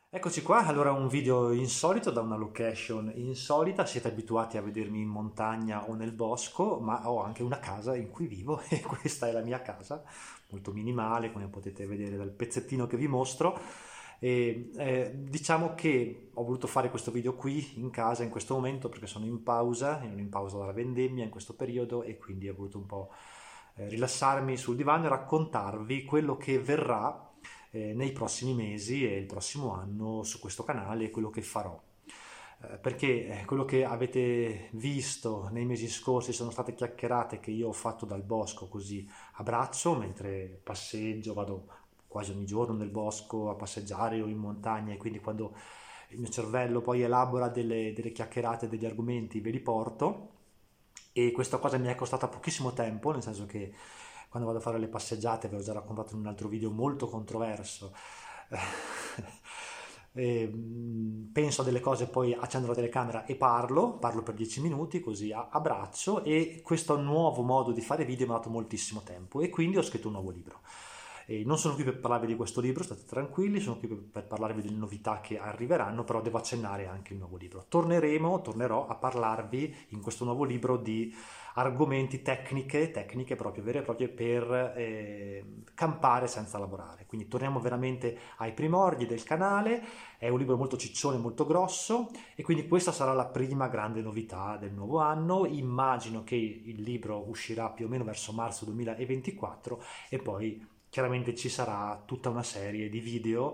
Eccoci qua, allora un video insolito da una location insolita, siete abituati a vedermi in montagna o nel bosco, ma ho anche una casa in cui vivo e questa è la mia casa, molto minimale come potete vedere dal pezzettino che vi mostro. Diciamo che ho voluto fare questo video qui in casa in questo momento perché sono in pausa dalla vendemmia in questo periodo e quindi ho voluto un po' rilassarmi sul divano e raccontarvi quello che verrà nei prossimi mesi e il prossimo anno su questo canale e quello che farò. Perché quello che avete visto nei mesi scorsi sono state chiacchierate che io ho fatto dal bosco così a braccio mentre passeggio, vado quasi ogni giorno nel bosco a passeggiare o in montagna e quindi quando il mio cervello poi elabora delle chiacchierate, degli argomenti, ve li porto e questa cosa mi è costata pochissimo tempo, nel senso che quando vado a fare le passeggiate, ve l'ho già raccontato in un altro video molto controverso, penso a delle cose, poi accendo la telecamera e parlo per 10 minuti così a braccio e questo nuovo modo di fare video mi ha dato moltissimo tempo e quindi ho scritto un nuovo libro. E non sono qui per parlarvi di questo libro, state tranquilli, sono qui per parlarvi delle novità che arriveranno, però devo accennare anche il nuovo libro. Tornerò a parlarvi in questo nuovo libro di argomenti tecniche proprio vere e proprie per campare senza lavorare. Quindi torniamo veramente ai primordi del canale, è un libro molto ciccione, molto grosso e quindi questa sarà la prima grande novità del nuovo anno. Immagino che il libro uscirà più o meno verso marzo 2024 e poi chiaramente ci sarà tutta una serie di video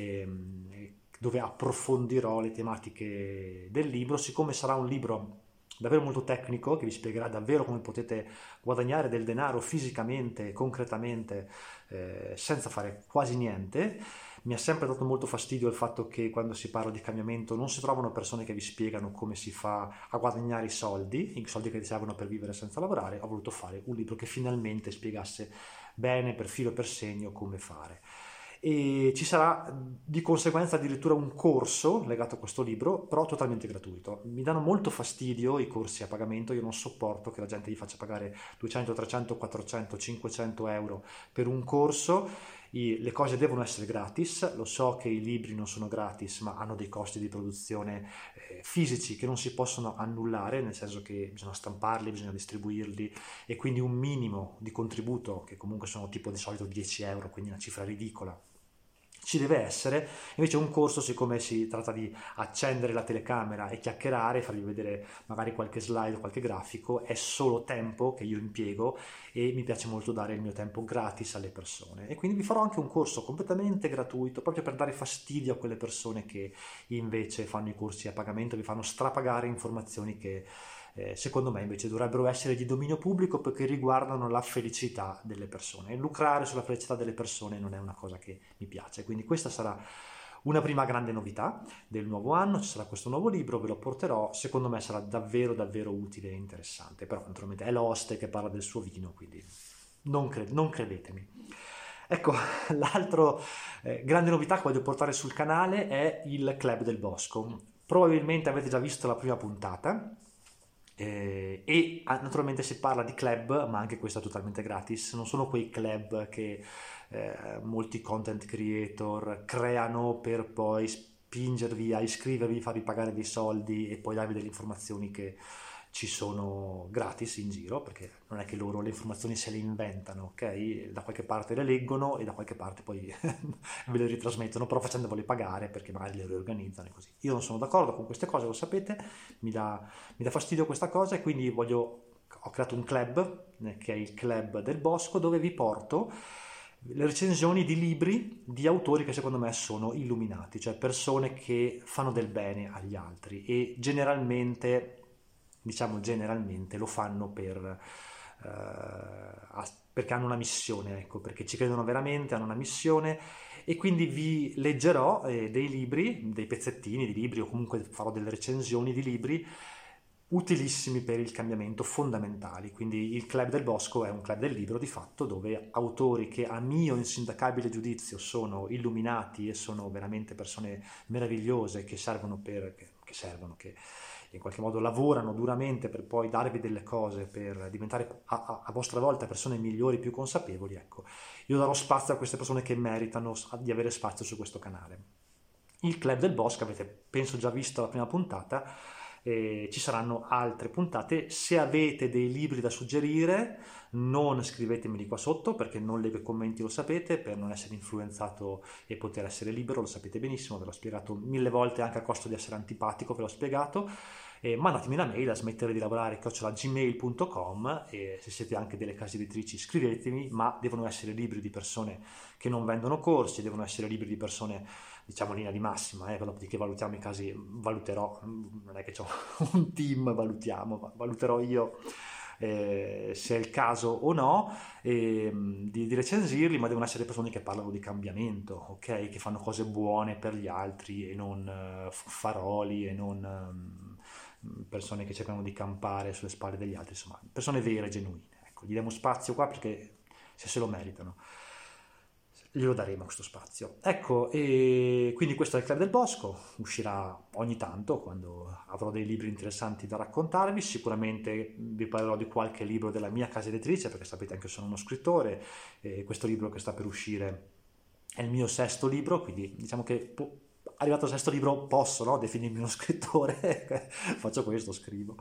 dove approfondirò le tematiche del libro, siccome sarà un libro davvero molto tecnico che vi spiegherà davvero come potete guadagnare del denaro fisicamente, concretamente, senza fare quasi niente. Mi ha sempre dato molto fastidio il fatto che quando si parla di cambiamento non si trovano persone che vi spiegano come si fa a guadagnare i soldi che ti servono per vivere senza lavorare. Ho voluto fare un libro che finalmente spiegasse bene, per filo e per segno, come fare. E ci sarà di conseguenza addirittura un corso legato a questo libro, però totalmente gratuito. Mi danno molto fastidio i corsi a pagamento, io non sopporto che la gente gli faccia pagare 200, 300, 400, 500 euro per un corso. Le cose devono essere gratis, lo so che i libri non sono gratis, ma hanno dei costi di produzione fisici che non si possono annullare, nel senso che bisogna stamparli, bisogna distribuirli e quindi un minimo di contributo, che comunque sono tipo di solito 10 euro, quindi una cifra ridicola, ci deve essere. Invece un corso, siccome si tratta di accendere la telecamera e chiacchierare, farvi vedere magari qualche slide o qualche grafico, è solo tempo che io impiego e mi piace molto dare il mio tempo gratis alle persone. E quindi vi farò anche un corso completamente gratuito, proprio per dare fastidio a quelle persone che invece fanno i corsi a pagamento, vi fanno strapagare informazioni che secondo me invece dovrebbero essere di dominio pubblico perché riguardano la felicità delle persone. E lucrare sulla felicità delle persone non è una cosa che mi piace. Quindi questa sarà una prima grande novità del nuovo anno, ci sarà questo nuovo libro, ve lo porterò, secondo me sarà davvero davvero utile e interessante, però naturalmente è l'oste che parla del suo vino, quindi non credetemi. Ecco, l'altra grande novità che voglio portare sul canale è il Club del Bosco. Probabilmente avete già visto la prima puntata, naturalmente si parla di club, ma anche questo è totalmente gratis. Non sono quei club che molti content creator creano per poi spingervi a iscrivervi, farvi pagare dei soldi e poi darvi delle informazioni che ci sono gratis in giro, perché non è che loro le informazioni se le inventano, ok? Da qualche parte le leggono e da qualche parte poi ve le ritrasmettono, però facendovele pagare perché magari le riorganizzano e così. Io non sono d'accordo con queste cose, lo sapete, mi dà fastidio questa cosa e quindi ho creato un club, che è il Club del Bosco, dove vi porto le recensioni di libri di autori che secondo me sono illuminati, cioè persone che fanno del bene agli altri e generalmente, diciamo generalmente, lo fanno perché hanno una missione, ecco, perché ci credono veramente, hanno una missione e quindi vi leggerò dei libri, dei pezzettini di libri o comunque farò delle recensioni di libri utilissimi per il cambiamento, fondamentali. Quindi il Club del Bosco è un club del libro di fatto dove autori che a mio insindacabile giudizio sono illuminati e sono veramente persone meravigliose che in qualche modo lavorano duramente per poi darvi delle cose per diventare a vostra volta persone migliori, più consapevoli, ecco, io darò spazio a queste persone che meritano di avere spazio su questo canale. il Club del Bosco, avete penso già visto la prima puntata, ci saranno altre puntate. Se avete dei libri da suggerire, non scrivetemeli qua sotto, perché non leggo i commenti, lo sapete, per non essere influenzato e poter essere libero, lo sapete benissimo, ve l'ho spiegato 1000 volte, anche a costo di essere antipatico, ve l'ho spiegato. Mandatemi una mail a smettere di lavorare @gmail.com, e se siete anche delle case editrici scrivetemi, ma devono essere libri di persone che non vendono corsi, devono essere libri di persone, diciamo, linea di massima, dopodiché valutiamo i casi, valuterò, non è che ho un team, valuterò io se è il caso o no, di recensirli, ma devono essere persone che parlano di cambiamento, ok? Che fanno cose buone per gli altri e non faroli e non persone che cercano di campare sulle spalle degli altri, insomma, persone vere, genuine. Ecco, gli diamo spazio qua perché se lo meritano glielo daremo questo spazio. Ecco, e quindi questo è il Club del Bosco, uscirà ogni tanto quando avrò dei libri interessanti da raccontarvi. Sicuramente vi parlerò di qualche libro della mia casa editrice, perché sapete anche sono uno scrittore, e questo libro che sta per uscire è il mio sesto libro, quindi diciamo che arrivato al sesto libro posso, no, definirmi uno scrittore. Faccio questo, scrivo.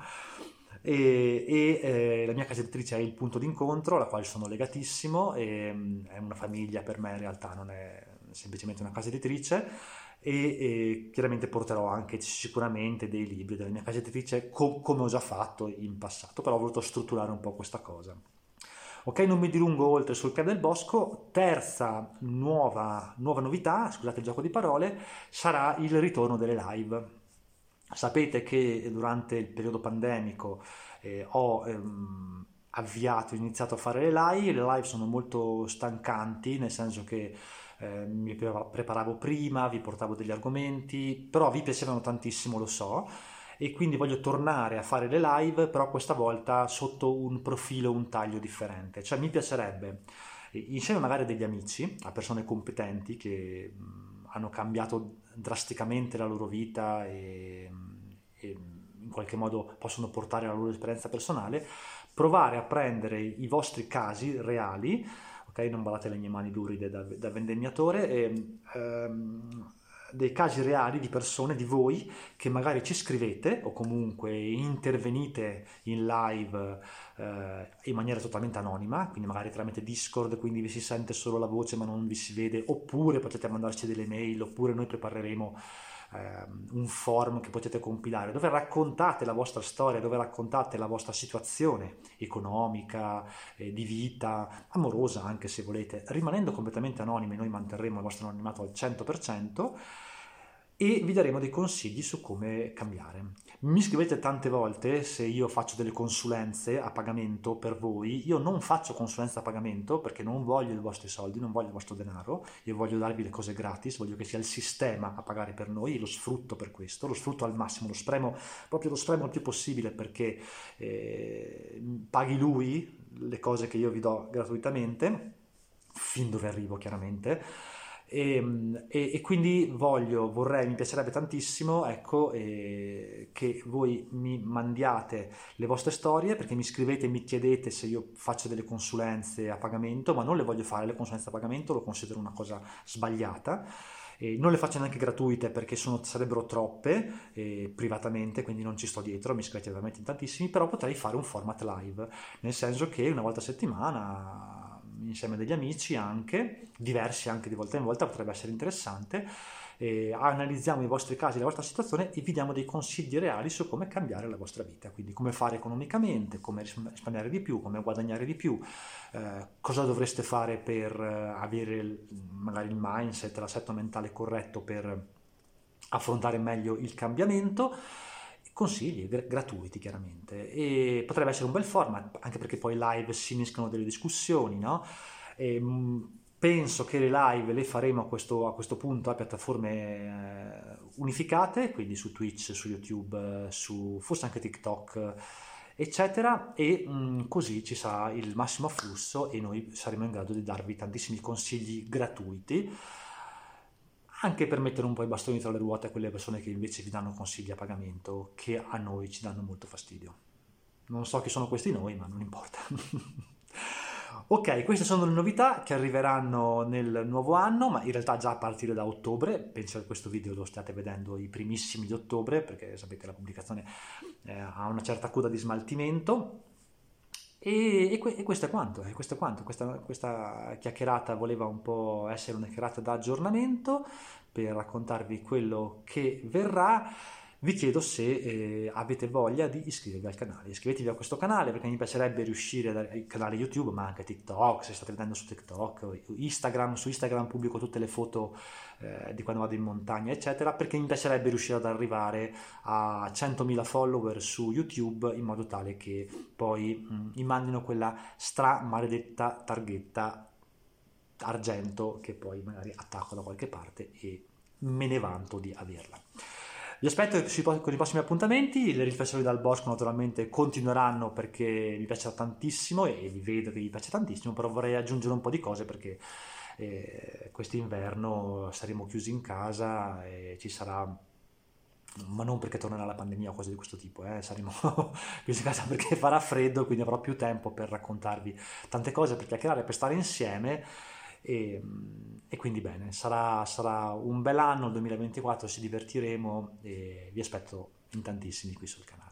La mia casa editrice è Il Punto d'Incontro, alla quale sono legatissimo, è una famiglia per me, in realtà non è semplicemente una casa editrice, e chiaramente porterò anche sicuramente dei libri della mia casa editrice, come ho già fatto in passato, però ho voluto strutturare un po' questa cosa. Ok, non mi dilungo oltre sul Club del Bosco. Terza nuova novità, scusate il gioco di parole, sarà il ritorno delle live. Sapete che durante il periodo pandemico ho iniziato a fare le live. Le live sono molto stancanti, nel senso che mi preparavo prima, vi portavo degli argomenti, però vi piacevano tantissimo, lo so, e quindi voglio tornare a fare le live, però questa volta sotto un profilo, un taglio differente. Cioè mi piacerebbe, insieme magari a degli amici, a persone competenti che hanno cambiato drasticamente la loro vita e in qualche modo possono portare la loro esperienza personale, provare a prendere i vostri casi reali, ok? Non ballate le mie mani luride da vendemmiatore, dei casi reali di persone, di voi, che magari ci scrivete o comunque intervenite in live in maniera totalmente anonima, quindi magari tramite Discord, quindi vi si sente solo la voce ma non vi si vede, oppure potete mandarci delle mail, oppure noi prepareremo un form che potete compilare dove raccontate la vostra storia, dove raccontate la vostra situazione economica, di vita, amorosa anche se volete, rimanendo completamente anonimi. Noi manterremo il vostro anonimato al 100% e vi daremo dei consigli su come cambiare. Mi scrivete tante volte se io faccio delle consulenze a pagamento per voi. Io non faccio consulenza a pagamento perché non voglio i vostri soldi, non voglio il vostro denaro, io voglio darvi le cose gratis, voglio che sia il sistema a pagare per noi e lo sfrutto per questo, lo sfrutto al massimo, lo spremo il più possibile perché paghi lui le cose che io vi do gratuitamente, fin dove arrivo chiaramente. E quindi mi piacerebbe tantissimo, ecco, che voi mi mandiate le vostre storie, perché mi scrivete e mi chiedete se io faccio delle consulenze a pagamento, ma non le voglio fare le consulenze a pagamento, lo considero una cosa sbagliata. Non le faccio neanche gratuite perché sarebbero troppe privatamente, quindi non ci sto dietro, mi scrivete veramente in tantissimi, però potrei fare un format live, nel senso che una volta a settimana insieme a degli amici, anche diversi, anche di volta in volta, potrebbe essere interessante. Analizziamo i vostri casi, la vostra situazione e vi diamo dei consigli reali su come cambiare la vostra vita, quindi come fare economicamente, come risparmiare di più, come guadagnare di più, cosa dovreste fare per avere magari il mindset, l'assetto mentale corretto per affrontare meglio il cambiamento. Consigli gratuiti chiaramente, e potrebbe essere un bel format anche perché poi live si innescano delle discussioni, no? Penso che le live le faremo a questo punto a piattaforme unificate, quindi su Twitch, su YouTube, su forse anche TikTok, eccetera, e così ci sarà il massimo afflusso e noi saremo in grado di darvi tantissimi consigli gratuiti, anche per mettere un po' i bastoni tra le ruote a quelle persone che invece vi danno consigli a pagamento, che a noi ci danno molto fastidio. Non so chi sono questi noi, ma non importa. Ok, queste sono le novità che arriveranno nel nuovo anno, ma in realtà già a partire da ottobre. Penso che questo video lo stiate vedendo i primissimi di ottobre, perché sapete la pubblicazione ha una certa coda di smaltimento. E questo è quanto, questo è quanto. Questa chiacchierata voleva un po' essere una chiacchierata da aggiornamento per raccontarvi quello che verrà. Vi chiedo se avete voglia di iscrivervi al canale. Iscrivetevi a questo canale perché mi piacerebbe riuscire al canale YouTube, ma anche TikTok, se state vedendo su TikTok, Instagram, su Instagram pubblico tutte le foto di quando vado in montagna, eccetera, perché mi piacerebbe riuscire ad arrivare a 100.000 follower su YouTube in modo tale che poi mi mandino quella maledetta targhetta argento che poi magari attacco da qualche parte e me ne vanto di averla. Vi aspetto con i prossimi appuntamenti, le riflessioni dal bosco naturalmente continueranno perché mi piace tantissimo e vi vedo che vi piace tantissimo, però vorrei aggiungere un po' di cose perché quest'inverno saremo chiusi in casa e ci sarà, ma non perché tornerà la pandemia o cose di questo tipo, saremo chiusi in casa perché farà freddo, quindi avrò più tempo per raccontarvi tante cose, per chiacchierare, per stare insieme e, e quindi bene, sarà un bel anno il 2024, ci divertiremo e vi aspetto in tantissimi qui sul canale.